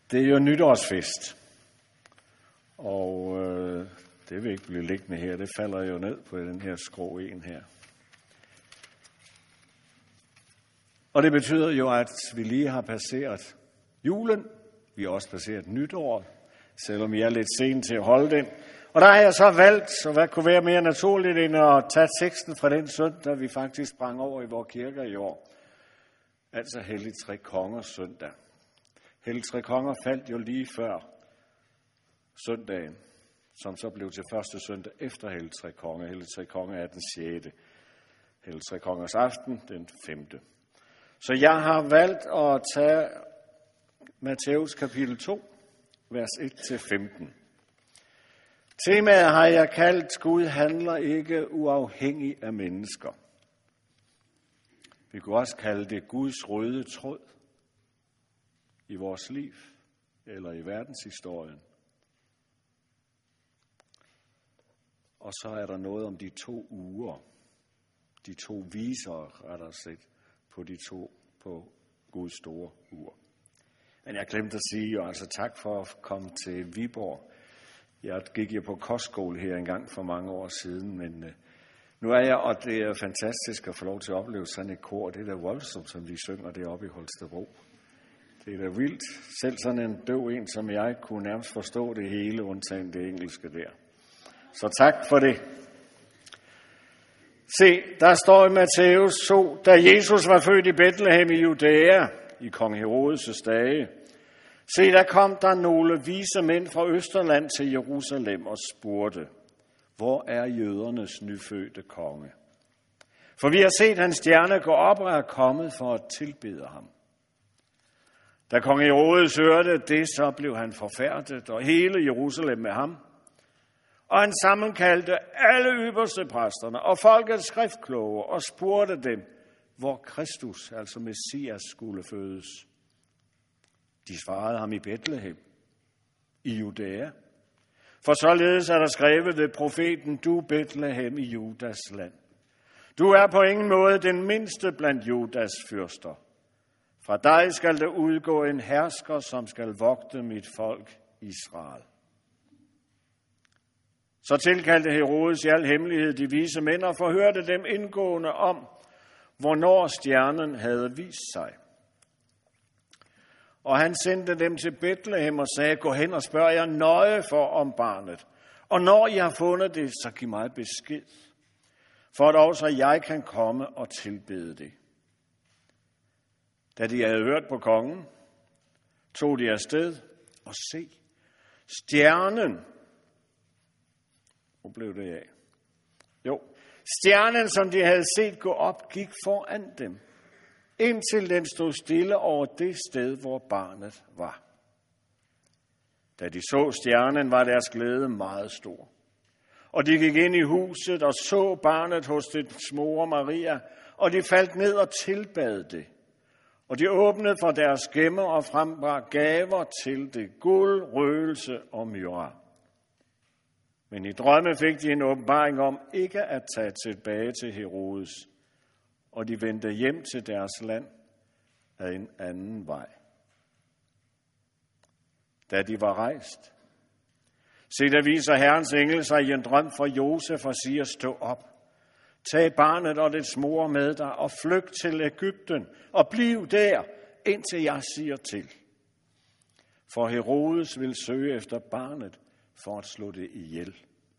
Det er jo nytårsfest, og det vil ikke blive liggende her. Det falder jo ned på den her skrå en her. Og det betyder jo, at vi lige har passeret julen. Vi har også passeret nytår, selvom vi er lidt sent til at holde den. Og der har jeg så valgt, så hvad kunne være mere naturligt, end at tage teksten fra den søndag, vi faktisk sprang over i vores kirker i år. Altså Hellig Tre Kongers søndag. Hellig Tre Konger faldt jo lige før søndagen, som så blev til første søndag efter Hellig Tre Konger. Hellig Tre Konger er den 6. Hellig Tre Kongers aften den 5. Så jeg har valgt at tage Matthæus kapitel 2, vers 1-15. Temaet har jeg kaldt, Gud handler ikke uafhængig af mennesker. Vi kunne også kalde det Guds røde tråd i vores liv eller i verdenshistorien. Og så er der noget om de 2 uger, de 2 viser, rettere set, på Guds store uger. Men jeg glemte at sige, og altså tak for at komme til Viborg. Jeg gik jo på kostskole her engang for mange år siden, men nu er jeg, og det er fantastisk at få lov til at opleve sådan et kor. Det er da voldsomt, som de synger deroppe i Holstebro. Det er da vildt. Selv sådan en døv en som jeg kunne nærmest forstå det hele, undtagen det engelske der. Så tak for det. Se, der står i Matthæus 2, da Jesus var født i Bethlehem i Judæa, i kong Herodes' dage. Se, der kom der nogle vise mænd fra Østerland til Jerusalem og spurgte, hvor er jødernes nyfødte konge? For vi har set hans stjerne gå op og er kommet for at tilbede ham. Da kong Herodes hørte det, så blev han forfærdet, og hele Jerusalem med ham. Og han sammenkaldte alle ypperste præsterne og folkets skriftkloge og spurgte dem, hvor Kristus, altså Messias, skulle fødes. De svarede ham i Bethlehem, i Judæa. For således er der skrevet ved profeten, du Bethlehem i Judas land. Du er på ingen måde den mindste blandt Judas fyrster. Fra dig skal der udgå en hersker, som skal vogte mit folk Israel. Så tilkaldte Herodes i al hemmelighed de vise mænd og forhørte dem indgående om, hvornår stjernen havde vist sig. Og han sendte dem til Bethlehem og sagde, gå hen og spørg jer nøje for om barnet. Og når I har fundet det, så giv mig besked, for at også jeg kan komme og tilbede det. Da de havde hørt på kongen, tog de afsted og se stjernen. Hvor blev det af? Jo, stjernen, som de havde set gå op, gik foran dem, indtil den stod stille over det sted, hvor barnet var. Da de så stjernen, var deres glæde meget stor. Og de gik ind i huset og så barnet hos dets mor Maria, og de faldt ned og tilbad det. Og de åbnede for deres gemmer og frembar gaver til det, guld, røgelse og myrra. Men i drømme fik de en åbenbaring om ikke at tage tilbage til Herodes, og de vendte hjem til deres land ad en anden vej. Da de var rejst, se, der viser Herrens engel sig i en drøm for Josef og siger, stå op, tag barnet og dets mor med dig og flygt til Egypten og bliv der, indtil jeg siger til. For Herodes vil søge efter barnet for at slå det ihjel.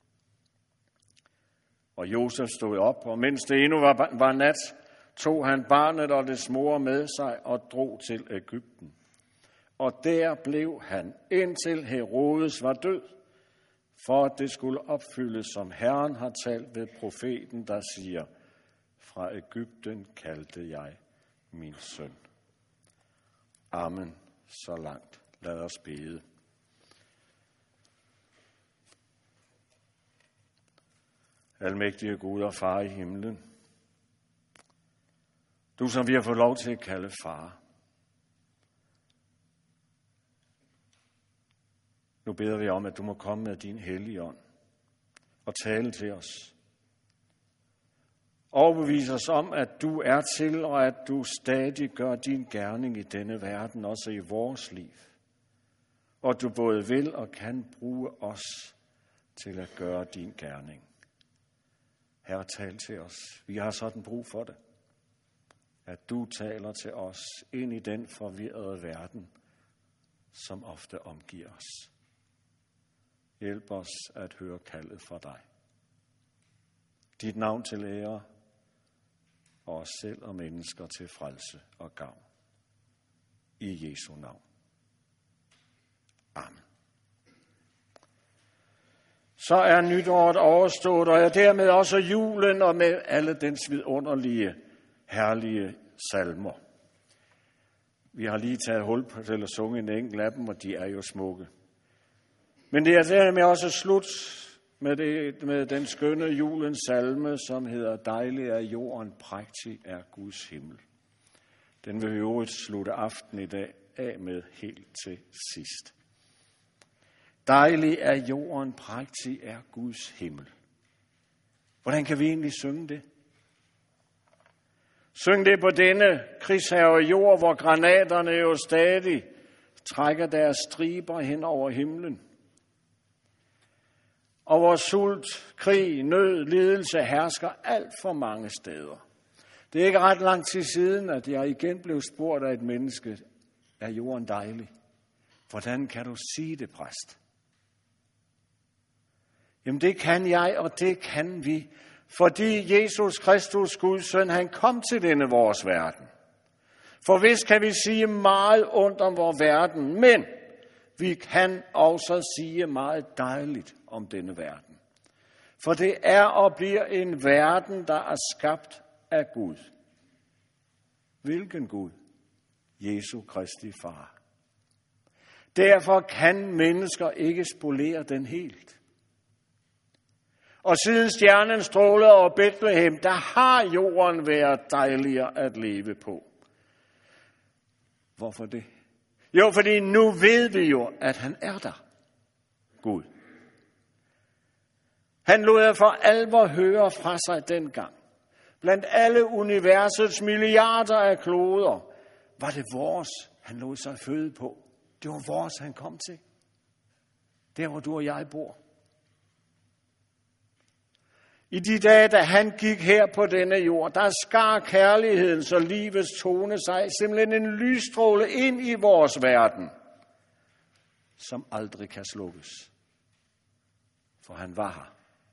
Og Josef stod op, og mens det endnu var nat, tog han barnet og dets mor med sig og drog til Egypten. Og der blev han, indtil Herodes var død, for at det skulle opfyldes, som Herren har talt ved profeten, der siger, fra Egypten kaldte jeg min søn. Amen. Så langt. Lad os bede. Almægtige Gud og far i himlen, du som vi har fået lov til at kalde far. Nu beder vi om, at du må komme med din hellige ånd og tale til os. Overbevis os om, at du er til, og at du stadig gør din gerning i denne verden, også i vores liv. og du både vil og kan bruge os til at gøre din gerning. Herre, tal til os. Vi har sådan brug for det. At du taler til os ind i den forvirrede verden, som ofte omgiver os. Hjælp os at høre kaldet fra dig. Dit navn til ære, og os selv og mennesker til frelse og gavn. I Jesu navn. Amen. Så er nytåret overstået, og er dermed også julen og med alle dens vidunderlige, herlige salmer. Vi har lige taget hul på til at sunge en enkelt af dem, og de er jo smukke. Men det er dermed også slut med den skønne julens salme, som hedder Dejlig er jorden, prægtig er Guds himmel. Den vil vi jo slutte aften i dag af med helt til sidst. Dejlig er jorden, prægtig er Guds himmel. Hvordan kan vi egentlig synge det? Syng det på denne krigshærgede jord, hvor granaterne jo stadig trækker deres striber hen over himlen. Og hvor sult, krig, nød, lidelse hersker alt for mange steder. Det er ikke ret lang tid siden, at jeg igen blev spurgt af et menneske, er jorden dejlig? Hvordan kan du sige det, præst? Jamen det kan jeg, og det kan vi, fordi Jesus Kristus, Guds søn, han kom til denne vores verden. For vist kan vi sige meget ondt om vores verden, men vi kan også sige meget dejligt om denne verden. For det er og bliver en verden, der er skabt af Gud. Hvilken Gud? Jesu Kristi far. Derfor kan mennesker ikke spolere den helt. Og siden stjernen strålede over Bethlehem, der har jorden været dejligere at leve på. Hvorfor det? Jo, fordi nu ved vi jo, at han er der. Gud. Han lod for alvor høre fra sig dengang. Blandt alle universets milliarder af kloder, var det vores, han lod sig føde på. Det var vores, han kom til. Der, hvor du og jeg bor. I de dage, da han gik her på denne jord, der skar kærlighedens og livets tone sig simpelthen en lysstråle ind i vores verden, som aldrig kan slukkes. For han var her.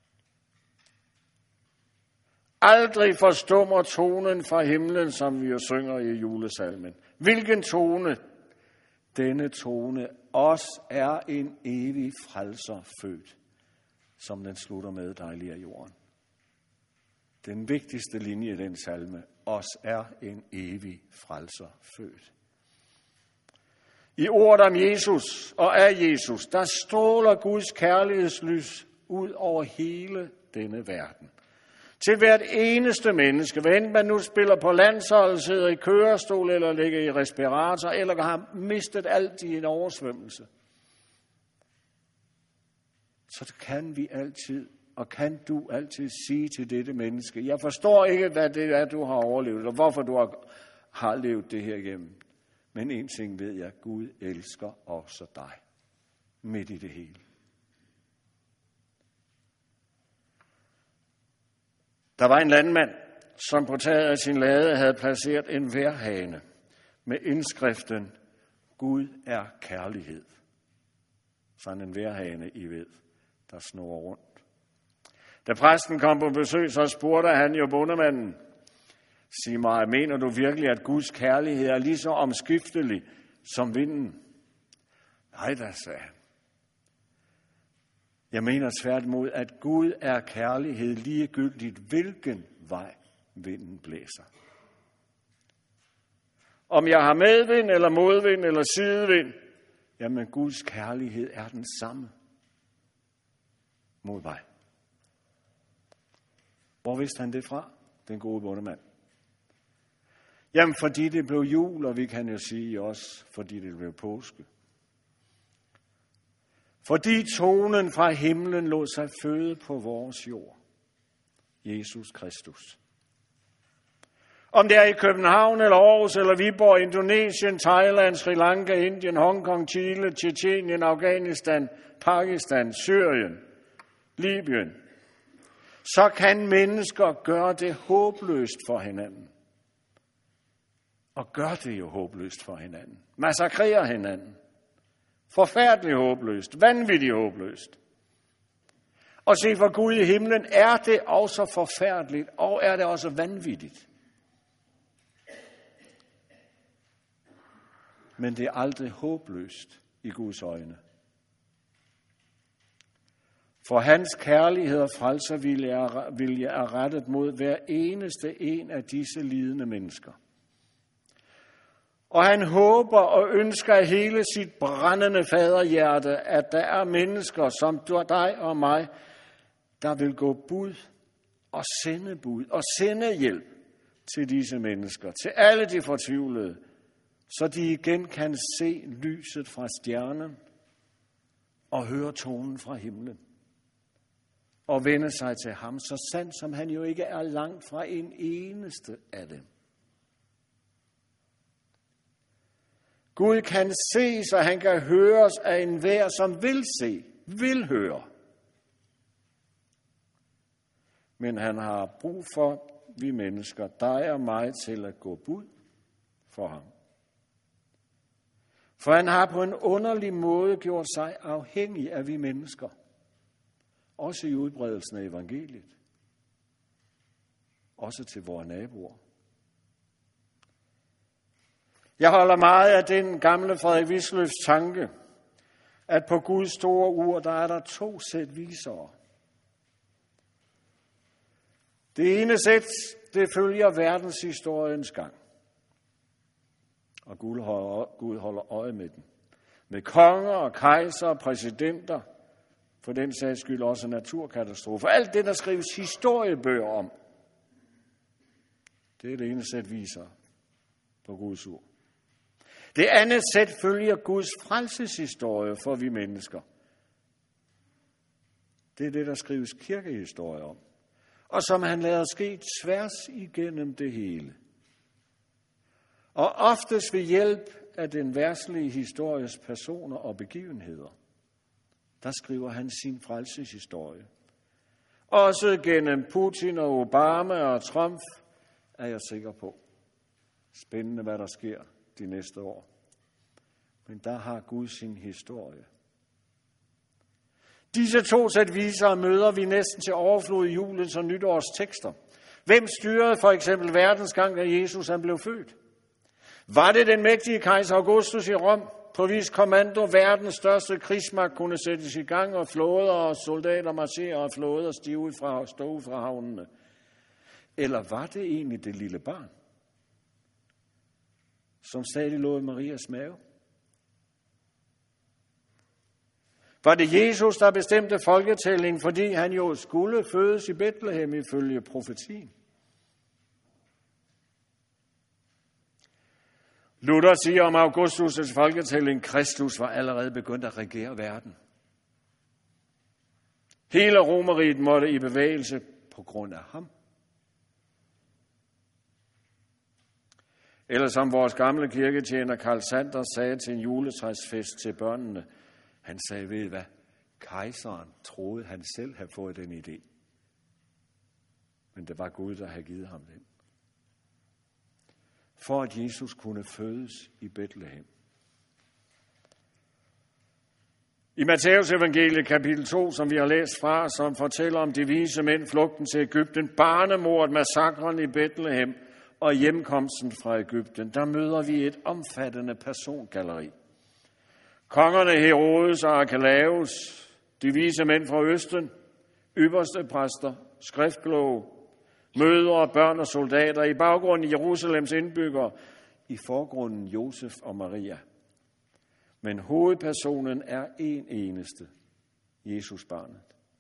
Aldrig forstummer tonen fra himlen, som vi jo synger i julesalmen. Hvilken tone? Denne tone os er en evig frelser født, som den slutter med, dejlig er jorden. Den vigtigste linje i den salme, os er en evig frelser født. I ordet om Jesus og af Jesus, der stråler Guds kærlighedslys ud over hele denne verden. Til hvert eneste menneske, hvad enten man nu spiller på landshold, sidder i kørestol eller ligger i respirator, eller har mistet alt i en oversvømmelse. Så kan vi altid, og kan du altid sige til dette menneske, jeg forstår ikke, hvad det er, du har overlevet, og hvorfor du har levet det her igennem. Men en ting ved jeg, Gud elsker også dig, midt i det hele. Der var en landmand, som på taget af sin lade havde placeret en vejrhane med indskriften, Gud er kærlighed. Sådan en vejrhane, I ved, der snurrer rundt. Da præsten kom på besøg, så spurgte han jo bondemanden, sig mig, mener du virkelig, at Guds kærlighed er lige så omskiftelig som vinden? Nej da, sagde han. Jeg mener tværtimod, at Gud er kærlighed ligegyldigt, hvilken vej vinden blæser. Om jeg har medvind, eller modvind, eller sidevind, jamen Guds kærlighed er den samme mod mig. Hvor vidste han det fra, den gode bondemand? Jamen fordi det blev jul, og vi kan jo sige også, fordi det blev påske. Fordi tonen fra himlen lod sig føde på vores jord. Jesus Kristus. Om det er i København eller Aarhus eller Viborg, Indonesien, Thailand, Sri Lanka, Indien, Hongkong, Chile, Tjetjenien, Afghanistan, Pakistan, Syrien, Libyen, så kan mennesker gøre det håbløst for hinanden. Og gør det jo håbløst for hinanden. Massakrerer hinanden. Forfærdeligt håbløst. Vanvittigt håbløst. Og se, for Gud i himlen er det også forfærdeligt, og er det også vanvittigt. Men det er aldrig håbløst i Guds øjne. For hans kærlighed og frelservilje er rettet mod hver eneste en af disse lidende mennesker. Og han håber og ønsker af hele sit brændende faderhjerte, at der er mennesker som dig og mig, der vil gå bud og sende hjælp til disse mennesker, til alle de fortvivlede, så de igen kan se lyset fra stjernen og høre tonen fra himlen og vende sig til ham, så sandt som han jo ikke er langt fra en eneste af dem. Gud kan se, så han kan høres af enhver, som vil se, vil høre. Men han har brug for, vi mennesker, dig og mig, til at gå bud for ham. For han har på en underlig måde gjort sig afhængig af vi mennesker. Også i udbredelsen af evangeliet. Også til vores naboer. Jeg holder meget af den gamle Frederik Wisløfs tanke, at på Guds store ur, der er der 2 sæt visere. Det ene sæt, det følger verdenshistoriens gang. Og Gud holder øje med den. Med konger og kejser og præsidenter, for den sags skyld også naturkatastrofer. Alt det, der skrives historiebøger om, det er det ene sæt viser på Guds ur. Det andet sæt følger Guds frelseshistorie for vi mennesker. Det er det, der skrives kirkehistorie om, og som han lader ske tværs igennem det hele. Og oftest ved hjælp af den verdslige histories personer og begivenheder, der skriver han sin frelseshistorie. Også gennem Putin og Obama og Trump er jeg sikker på. Spændende, hvad der sker de næste år. Men der har Gud sin historie. Disse 2 sæt viser møder vi næsten til overflod i julens og nytårs tekster. Hvem styrede for eksempel verdens gang, da Jesus han blev født? Var det den mægtige kejser Augustus i Rom, på hvis kommando verdens største krigsmagt kunne sættes i gang, og flåder og soldater marcherer og flåder stå ud fra havnene? Eller var det egentlig det lille barn, som stadig lå i Marias mave? Var det Jesus, der bestemte folketællingen, fordi han jo skulle fødes i Betlehem ifølge profetien? Luther siger om Augustus' folketælling, Kristus var allerede begyndt at regere verden. Hele Romerriget måtte i bevægelse på grund af ham. Eller som vores gamle kirketjener Karl Sander sagde til en juletræsfest til børnene, han sagde, ved I hvad, kejseren troede, han selv havde fået den idé. Men det var Gud, der havde givet ham den. For at Jesus kunne fødes i Betlehem. I Matthæus evangeliet kapitel 2, som vi har læst fra, som fortæller om de vise mænd, flugten til Egypten, barnemordet, massakren i Betlehem og hjemkomsten fra Egypten, der møder vi et omfattende persongalleri. Kongerne Herodes og Arkelaus, de vise mænd fra Østen, ypperste præster, skriftkloge, mødre, børn og soldater, i baggrunden Jerusalems indbyggere, i forgrunden Josef og Maria. Men hovedpersonen er en eneste, Jesus barnet.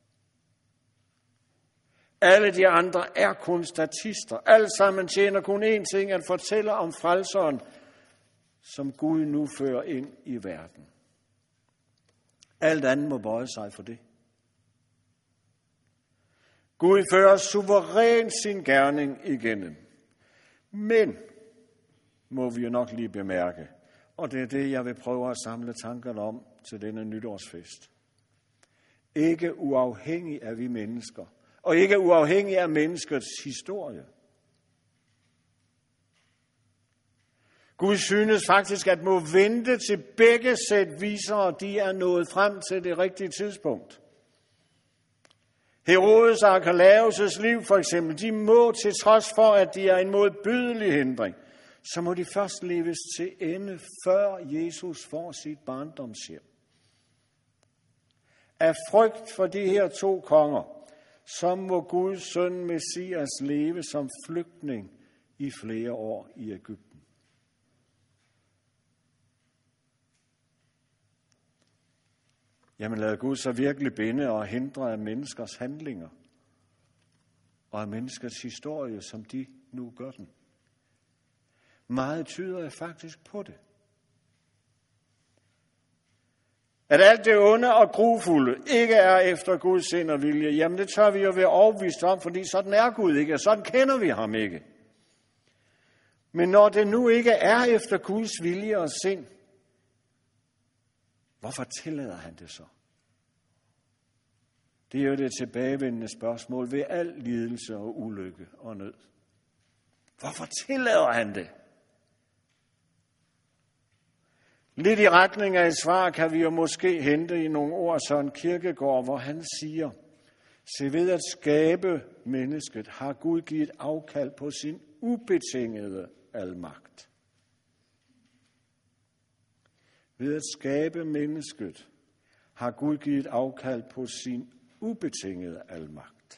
Alle de andre er kun statister. Alle sammen tjener kun én ting, at fortælle om frelseren, som Gud nu fører ind i verden. Alt andet må bøje sig for det. Gud fører suverænt sin gerning igennem. Men, må vi jo nok lige bemærke, og det er det, jeg vil prøve at samle tankerne om til denne nytårsfest. Ikke uafhængig af vi mennesker, og ikke uafhængig af menneskets historie. Gud synes faktisk, at må vente til begge sæt visere, de er nået frem til det rigtige tidspunkt. Herodes og Arkelaus' liv for eksempel, de må til trods for, at de er en modbydelig hindring, så må de først leves til ende, før Jesus får sit barndomshjem. Af frygt for de her to konger, så må Guds søn Messias leve som flygtning i flere år i Egypten. Jamen lad Gud så virkelig binde og hindre af menneskers handlinger og af menneskers historie, som de nu gør den. Meget tyder faktisk på det. At alt det onde og grufulde ikke er efter Guds sind og vilje, jamen det tør vi jo være overbevist om, fordi sådan er Gud ikke, og sådan kender vi ham ikke. Men når det nu ikke er efter Guds vilje og sind, hvorfor tillader han det så? Det er jo det tilbagevendende spørgsmål ved al lidelse og ulykke og nød. Hvorfor tillader han det? Lidt i retning af et svar kan vi jo måske hente i nogle ord Søren Kierkegaard, hvor han siger, se ved at skabe mennesket har Gud givet afkald på sin ubetingede almagt. Ved at skabe mennesket har Gud givet afkald på sin ubetingede almagt.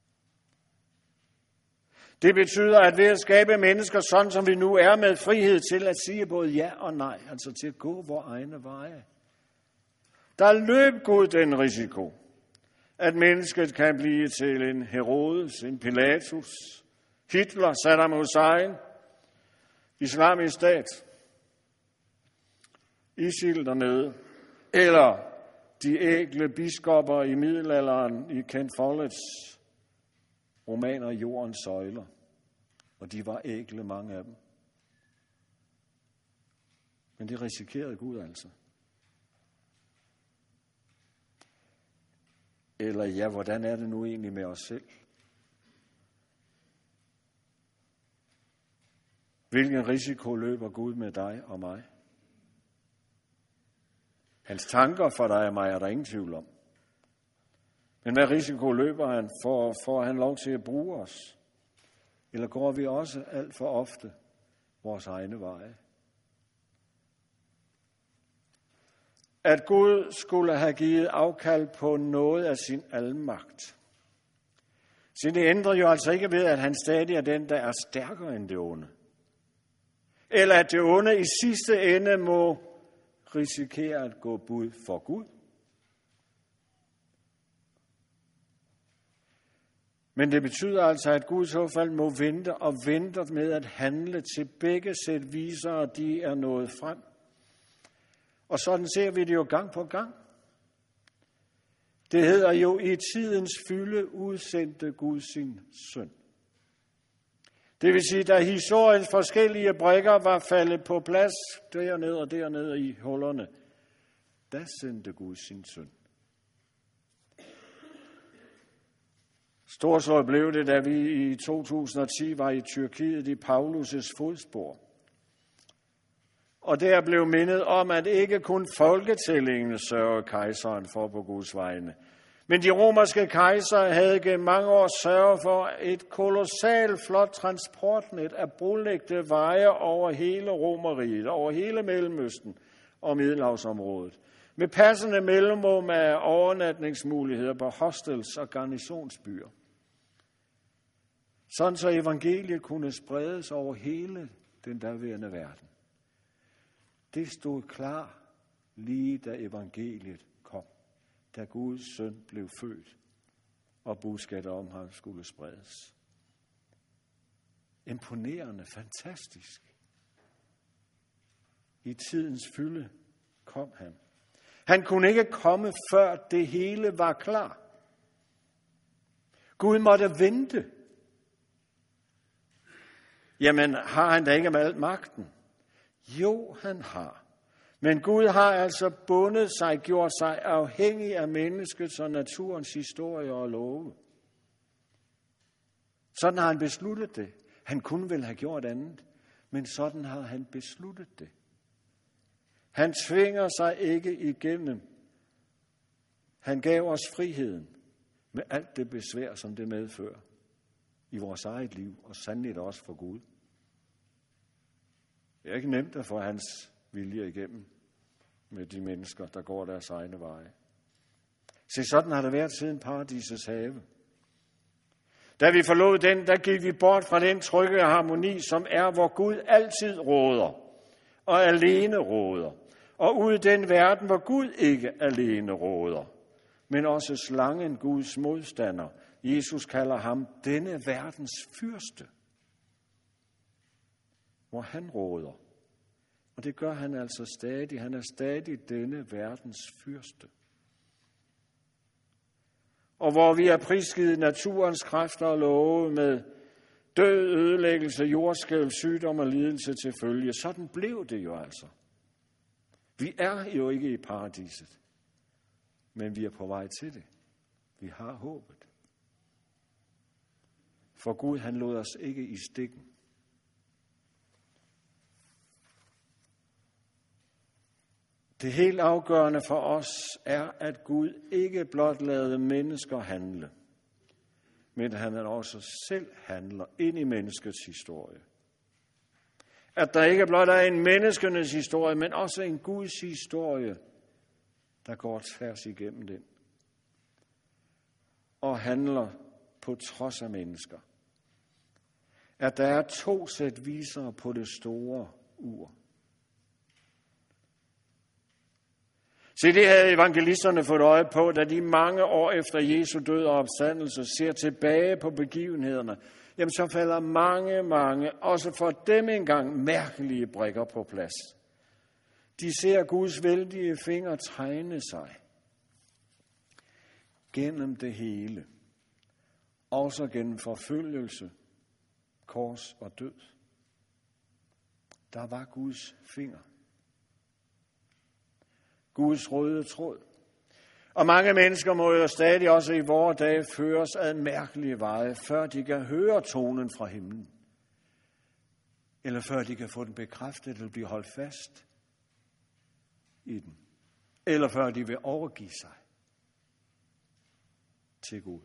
Det betyder, at ved at skabe mennesker sådan, som vi nu er, med frihed til at sige både ja og nej, altså til at gå vores egne veje, der løb Gud den risiko, at mennesket kan blive til en Herodes, en Pilatus, Hitler, Saddam Hussein, Islamisk Stat, ISIL dernede, eller de ægle biskopper i middelalderen i Ken Folletts romaner Jordens søjler. Og de var ægle, mange af dem. Men det risikerede Gud altså. Eller ja, hvordan er det nu egentlig med os selv? Hvilken risiko løber Gud med dig og mig? Hans tanker for dig og mig er der ingen tvivl om. Men hvad risiko løber han for han lov til at bruge os? Eller går vi også alt for ofte vores egne veje? At Gud skulle have givet afkald på noget af sin almagt. Så det ændrer jo altså ikke ved, at han stadig er den, der er stærkere end det onde. Eller at det onde i sidste ende må risikere at gå bud for Gud. Men det betyder altså, at Gud i så fald må vente og venter med at handle til begge sæt visere, de er nået frem. Og sådan ser vi det jo gang på gang. Det hedder jo, i tidens fylde udsendte Gud sin søn. Det vil sige, da historiens forskellige brikker var faldet på plads dernede og dernede i hullerne, der sendte Gud sin søn. Storslået blev det, da vi i 2010 var i Tyrkiet i Paulus' fodspor. Og der blev mindet om, at ikke kun folketællingen sørgede kejseren for på Guds vegne, men de romerske kejsere havde gennem mange år sørget for et kolossalt flot transportnet af brolægte veje over hele Romeriet, over hele Mellemøsten og Middelhavsområdet, med passende mellemrum af overnatningsmuligheder på hostels og garnisonsbyer. Sådan så evangeliet kunne spredes over hele den daværende verden. Det stod klar lige da evangeliet kom, da Guds søn blev født, og budskabet om ham skulle spredes. Imponerende, fantastisk. I tidens fylde kom han. Han kunne ikke komme, før det hele var klar. Gud måtte vente. Jamen, har han da ikke med al magten? Jo, han har. Men Gud har altså bundet sig, gjort sig afhængig af menneskets og naturens historie og love. Sådan har han besluttet det. Han kunne vel have gjort andet, men sådan har han besluttet det. Han tvinger sig ikke igennem. Han gav os friheden med alt det besvær, som det medfører i vores eget liv, og sandelig også for Gud. Det er ikke nemt at få hans vilje igennem med de mennesker, der går deres egne veje. Se, sådan har det været siden paradisets have. Da vi forlod den, der gik vi bort fra den trygge harmoni, som er, hvor Gud altid råder og alene råder, og ud i den verden, hvor Gud ikke alene råder, men også slangen, Guds modstander. Jesus kalder ham denne verdens fyrste, hvor han råder. Og det gør han altså stadig. Han er stadig denne verdens fyrste. Og hvor vi er prisgivet naturens kræfter og love med død, ødelæggelse, jordskælv, sygdom og lidelse til følge. Sådan blev det jo altså. Vi er jo ikke i paradiset, men vi er på vej til det. Vi har håbet. For Gud, han lod os ikke i stikken. Det helt afgørende for os er, at Gud ikke blot lader mennesker handle, men han også selv handler ind i menneskets historie. At der ikke blot er en menneskenes historie, men også en Guds historie, der går tværs igennem den. Og handler på trods af mennesker. At der er 2 sæt visere på det store ur. Se, det havde evangelisterne fået øje på, da de mange år efter Jesu død og opstandelse ser tilbage på begivenhederne. Jamen, så falder mange, også for dem engang, mærkelige brikker på plads. De ser Guds vældige fingre tegne sig gennem det hele. Også gennem forfølgelse, kors og død. Der var Guds finger. Guds røde tråd. Og mange mennesker må jo stadig også i vore dage føres ad mærkelige veje, før de kan høre tonen fra himlen. Eller før de kan få den bekræftet eller blive holdt fast i den. Eller før de vil overgive sig til Gud.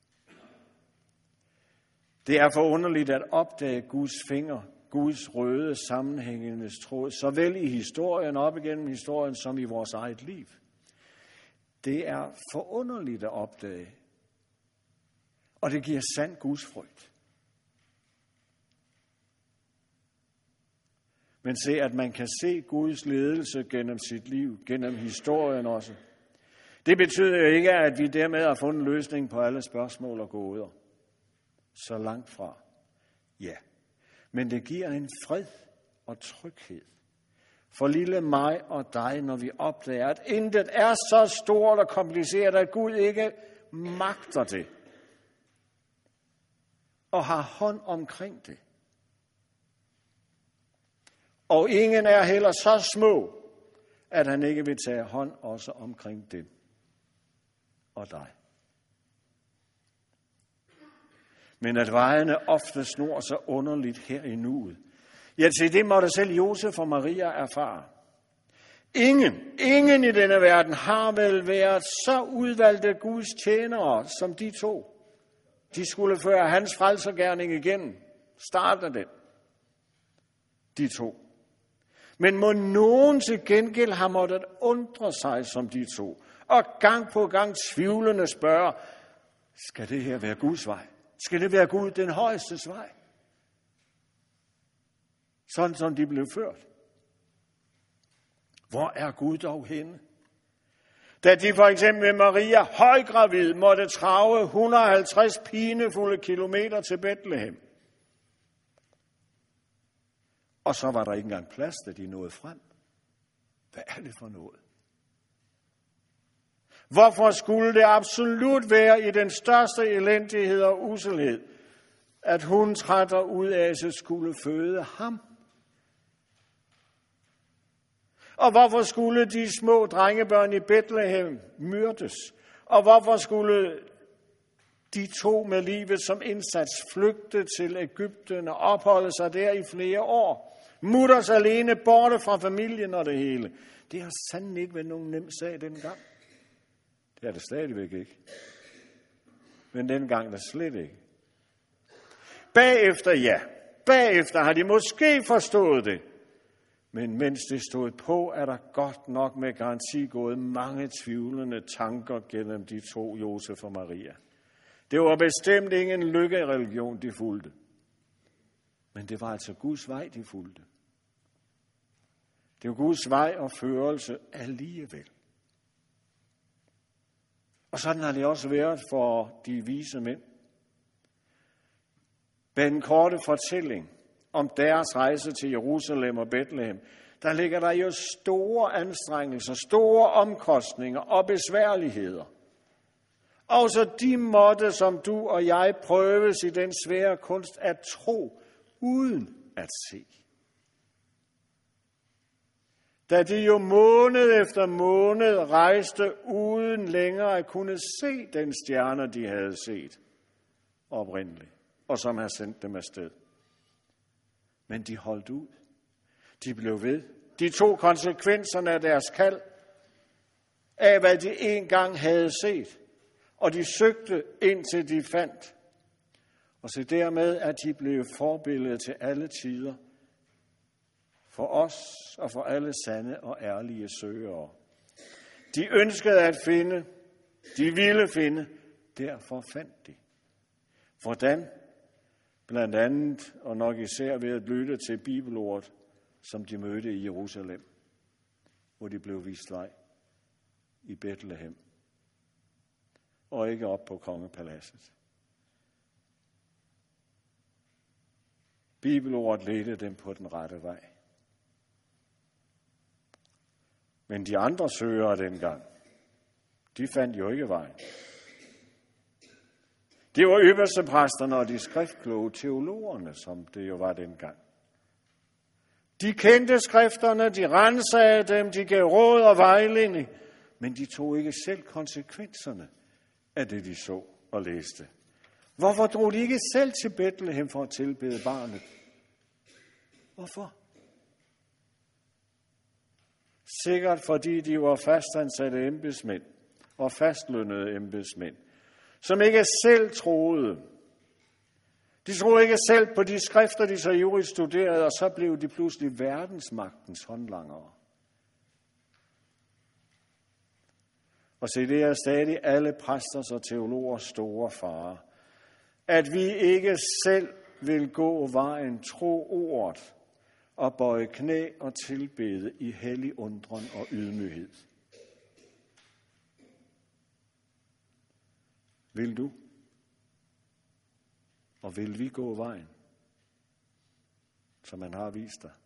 Det er forunderligt at opdage Guds finger, Guds røde sammenhængendes tråd, såvel i historien, op igennem historien, som i vores eget liv. Det er forunderligt at opdage, og det giver sand Guds frygt. Men se, at man kan se Guds ledelse gennem sit liv, gennem historien også. Det betyder jo ikke, at vi dermed har fundet løsning på alle spørgsmål og gåder. Så langt fra. Ja. Men det giver en fred og tryghed for lille mig og dig, når vi opdager, at intet er så stort og kompliceret, at Gud ikke magter det og har hånd omkring det. Og ingen er heller så små, at han ikke vil tage hånd også omkring dem og dig. Men at vejene ofte snor så underligt her i nuet. Ja, til det måtte selv Josef og Maria erfare. Ingen i denne verden har vel været så udvalgte Guds tjenere som de 2. De skulle føre hans frelsergerning igennem. Starte den. De 2. Men må nogen til gengæld have måttet undre sig som de 2. Og gang på gang tvivlende spørge, skal det her være Guds vej? Skal det være Gud den højestes vej? Sådan som de blev ført. Hvor er Gud dog henne? Da de for eksempel med Maria, højgravid, måtte trave 150 pinefulde kilometer til Bethlehem. Og så var der ikke engang plads, da de nåede frem. Hvad er det for noget? Hvorfor skulle det absolut være i den største elendighed og uselhed at hun trætter ud af, at skulle føde ham. Og hvorfor skulle de små drengebørn i Bethlehem myrdes? Og hvorfor skulle de to med livet som indsats flygte til Egypten og opholde sig der i flere år? Mutters alene borte fra familien og det hele. Det har sandelig ikke været nogen nem sag dengang. Det er det stadigvæk ikke. Men dengang der slet ikke. Bagefter har de måske forstået det. Men mens det stod på, er der godt nok med garanti gået mange tvivlende tanker gennem de to, Josef og Maria. Det var bestemt ingen lykkereligion, de fulgte. Men det var altså Guds vej, de fulgte. Det var Guds vej og førelse alligevel. Og sådan har det også været for de vise mænd. Med en korte fortælling om deres rejse til Jerusalem og Bethlehem, der ligger der jo store anstrengelser, store omkostninger og besværligheder. Også de måtte, som du og jeg, prøves i den svære kunst at tro, uden at se. Da de jo måned efter måned rejste uden længere at kunne se den stjerne, de havde set oprindeligt, og som havde sendt dem afsted. Men de holdt ud. De blev ved. De tog konsekvenserne af deres kald, af hvad de engang havde set, og de søgte indtil de fandt. Og så dermed er de blevet forbillede til alle tider, for os og for alle sande og ærlige søgere. De ønskede at finde, de ville finde, derfor fandt de. Hvordan? Blandt andet, og nok især ved at lytte til bibelordet, som de mødte i Jerusalem, hvor de blev vist vej i Bethlehem, og ikke op på kongepaladset. Bibelordet ledte dem på den rette vej. Men de andre søgere dengang, de fandt jo ikke vejen. Det var øverstepræsterne og de skriftkloge teologerne, som det jo var dengang. De kendte skrifterne, de ransagede dem, de gav råd og vejledning, men de tog ikke selv konsekvenserne af det, de så og læste. Hvorfor drog de ikke selv til Bethlehem for at tilbede barnet? Hvorfor? Sikkert fordi de var fastansatte embedsmænd og fastlønnede embedsmænd, som ikke selv troede. De troede ikke selv på de skrifter, de så ivrigt studerede, og så blev de pludselig verdensmagtens håndlangere. Og se, det er stadig alle præsters og teologers store fare, at vi ikke selv vil gå vejen, tro ordet og bøje knæ og tilbede i hellig undren og ydmyghed. Vil du? Og vil vi gå vejen, som man har vist dig?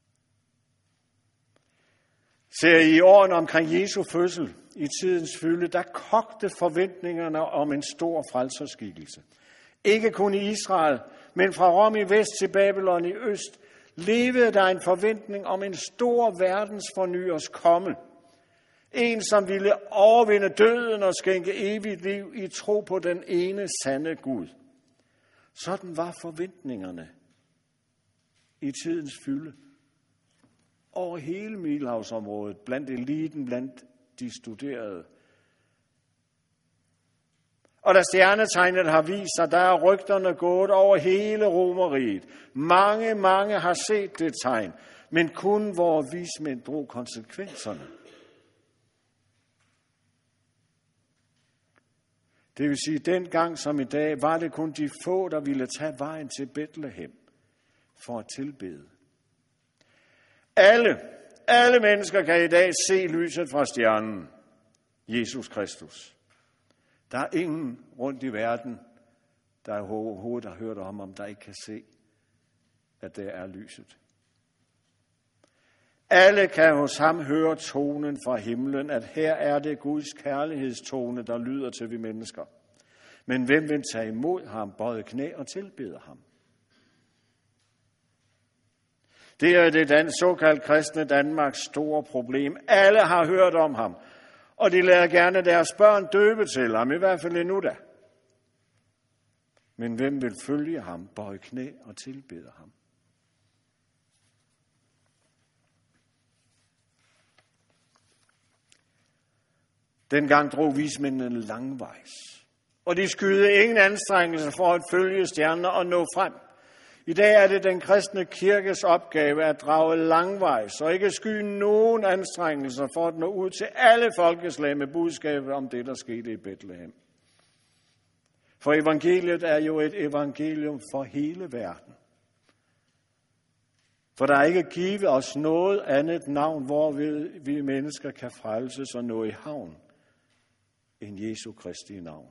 Ser I årene omkring Jesu fødsel i tidens fylde, der kogte forventningerne om en stor frelserskikkelse. Ikke kun i Israel, men fra Rom i vest til Babylon i øst, levede der en forventning om en stor verdensfornyers komme. En, som ville overvinde døden og skænke evigt liv i tro på den ene sande Gud. Sådan var forventningerne i tidens fylde. Over hele Middelhavsområdet, blandt eliten, blandt de studerede. Og da stjernetegnet har vist sig, der er rygterne gået over hele Romerriget. Mange har set det tegn, men kun vore vismænd drog konsekvenserne. Det vil sige, dengang som i dag, var det kun de få, der ville tage vejen til Bethlehem for at tilbede. Alle mennesker kan i dag se lyset fra stjernen, Jesus Kristus. Der er ingen rundt i verden, der overhovedet har hørt om der ikke kan se, at det er lyset. Alle kan hos ham høre tonen fra himlen, at her er det Guds kærlighedstone, der lyder til vi mennesker. Men hvem vil tage imod ham, bøje knæ og tilbede ham? Det er det såkaldt kristne Danmarks store problem. Alle har hørt om ham, og de lader gerne deres børn døbe til ham, i hvert fald endnu da. Men hvem vil følge ham, bøje knæ og tilbede ham? Dengang drog vismændene langvejs, og de skydede ingen anstrengelser for at følge stjerner og nå frem. I dag er det den kristne kirkes opgave at drage langvejs og ikke sky nogen anstrengelser for at nå ud til alle folkeslag med budskabet om det, der skete i Bethlehem. For evangeliet er jo et evangelium for hele verden. For der er ikke givet os noget andet navn, hvor vi mennesker kan frelses og nå i havn, end Jesu Kristi navn.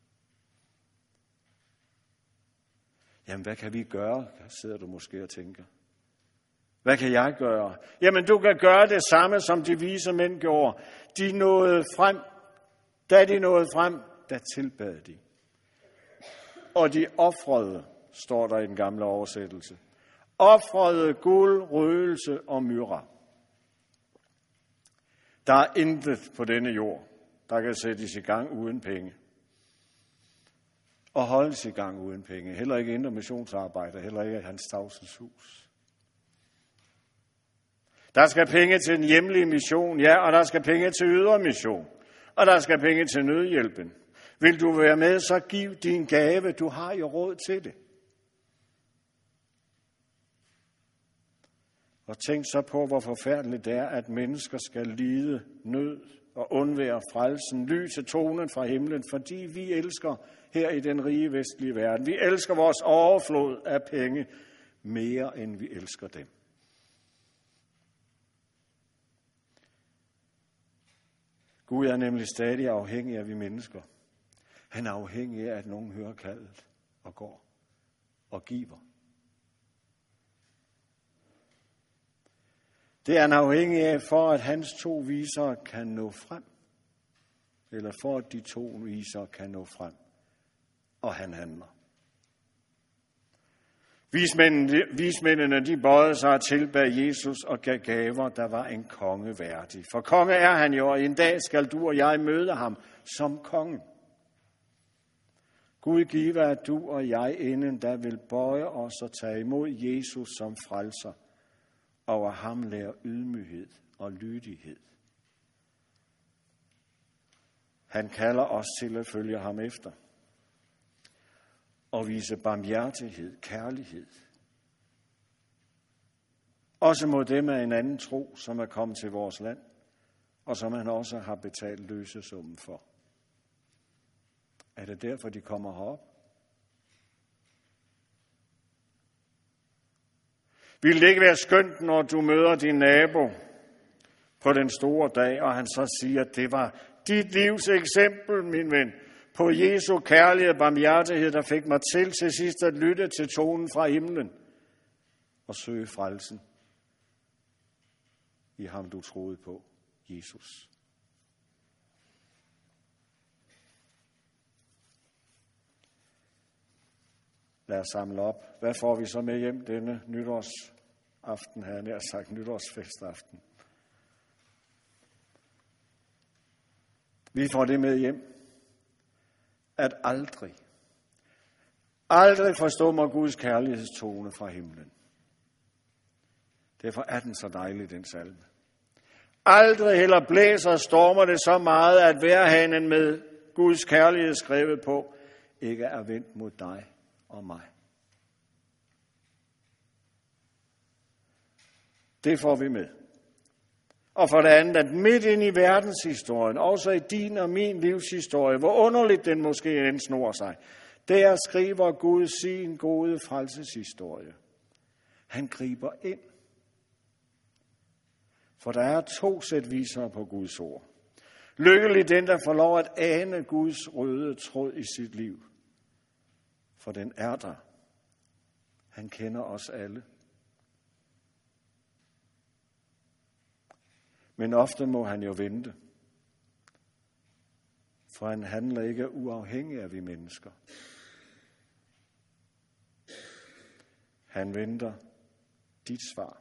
Jamen, hvad kan vi gøre, sidder du måske og tænker. Hvad kan jeg gøre? Jamen, du kan gøre det samme, som de vise mænd gjorde. De nåede frem. Da de nåede frem, da tilbad de. Og de ofrede, står der i den gamle oversættelse. Ofrede guld, røgelse og myrra. Der er intet på denne jord, der kan sættes i gang uden penge. Og holdes i gang uden penge. Heller ikke indre missionsarbejde, heller ikke Hans Tavsens hus. Der skal penge til den hjemlige mission, ja, og der skal penge til ydre mission. Og der skal penge til nødhjælpen. Vil du være med, så giv din gave. Du har jo råd til det. Og tænk så på, hvor forfærdeligt det er, at mennesker skal lide nød og undvære frelsen, lyse tonen fra himlen, fordi vi elsker her i den rige vestlige verden. Vi elsker vores overflod af penge mere, end vi elsker dem. Gud er nemlig stadig afhængig af vi mennesker. Han er afhængig af, at nogen hører kaldet og går og giver. Det er han afhængig af, for at hans 2 visere kan nå frem. Eller for at de 2 visere kan nå frem. Og han handler. Vismændene, de bøjede sig og tilbad Jesus og gav gaver, der var en konge værdig. For konge er han jo, og en dag skal du og jeg møde ham som konge. Gud give, at du og jeg inden da vil bøje os og tage imod Jesus som frelser, og af ham lære ydmyghed og lydighed. Han kalder os til at følge ham efter og vise barmhjertighed, kærlighed. Også mod dem af en anden tro, som er kommet til vores land, og som han også har betalt løsesummen for. Er det derfor, de kommer herop? Vil det ikke være skønt, når du møder din nabo på den store dag, og han så siger, at det var dit livs eksempel, min ven, på Jesu kærlighed og barmhjertighed, der fik mig til sidst at lytte til tonen fra himlen og søge frelsen i ham, du troede på, Jesus. Lad os samle op. Hvad får vi så med hjem denne nytårsaften, havde jeg nær sagt, nytårsfestaften? Vi får det med hjem, at aldrig forstå mig Guds kærlighedstone fra himlen. Derfor er den så dejlig, den salme. Aldrig heller blæser og stormer det så meget, at vejrhanen med Guds kærlighed skrevet på, ikke er vendt mod dig og mig. Det får vi med. Og for det andet, at midt ind i verdenshistorien, også i din og min livshistorie, hvor underligt den måske end snor sig, der skriver Gud sin gode frelseshistorie. Han griber ind. For der er 2 sæt visere på Guds ord. Lykkelig den, der får lov at ane Guds røde tråd i sit liv. For den er der. Han kender os alle. Men ofte må han jo vente. for han handler ikke uafhængig af vi mennesker. Han venter dit svar.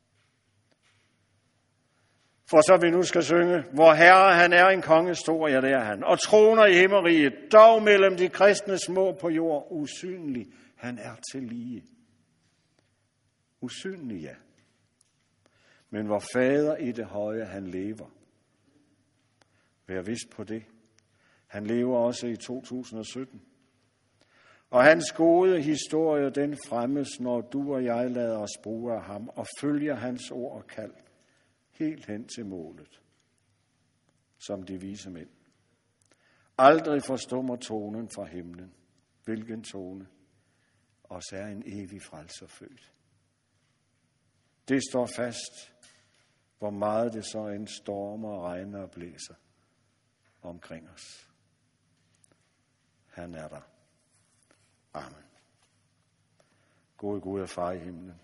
For så vi nu skal synge, hvor Herre han er en konge stor, ja det er han, og troner i himmeriget, dog mellem de kristne små på jord, usynlig, han er til lige. Usynlig, ja. Men hvor fader i det høje, han lever. Vær vidst på det. Han lever også i 2017. Og hans gode historie, den fremmes, når du og jeg lader os bruge af ham, og følger hans ord og kald, helt hen til målet, som de vise mænd. Aldrig forstummer tonen fra himlen. Hvilken tone? Os er en evig frelser født. Det står fast, hvor meget det så end stormer, regner og blæser omkring os. Han er der. Amen. Gode Gud og far i himlen.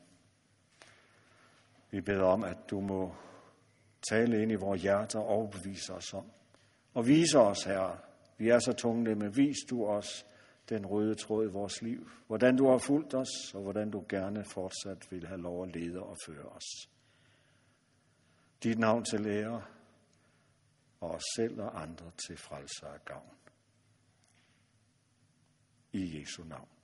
Vi beder om, at du må tale ind i vores hjerter og overbevise os om. Og vise os, Herre, vi er så tungnemme, vis du os den røde tråd i vores liv. Hvordan du har fulgt os, og hvordan du gerne fortsat vil have lov at lede og føre os. Dit navn til ære, og os selv og andre til frelse og gavn. I Jesu navn.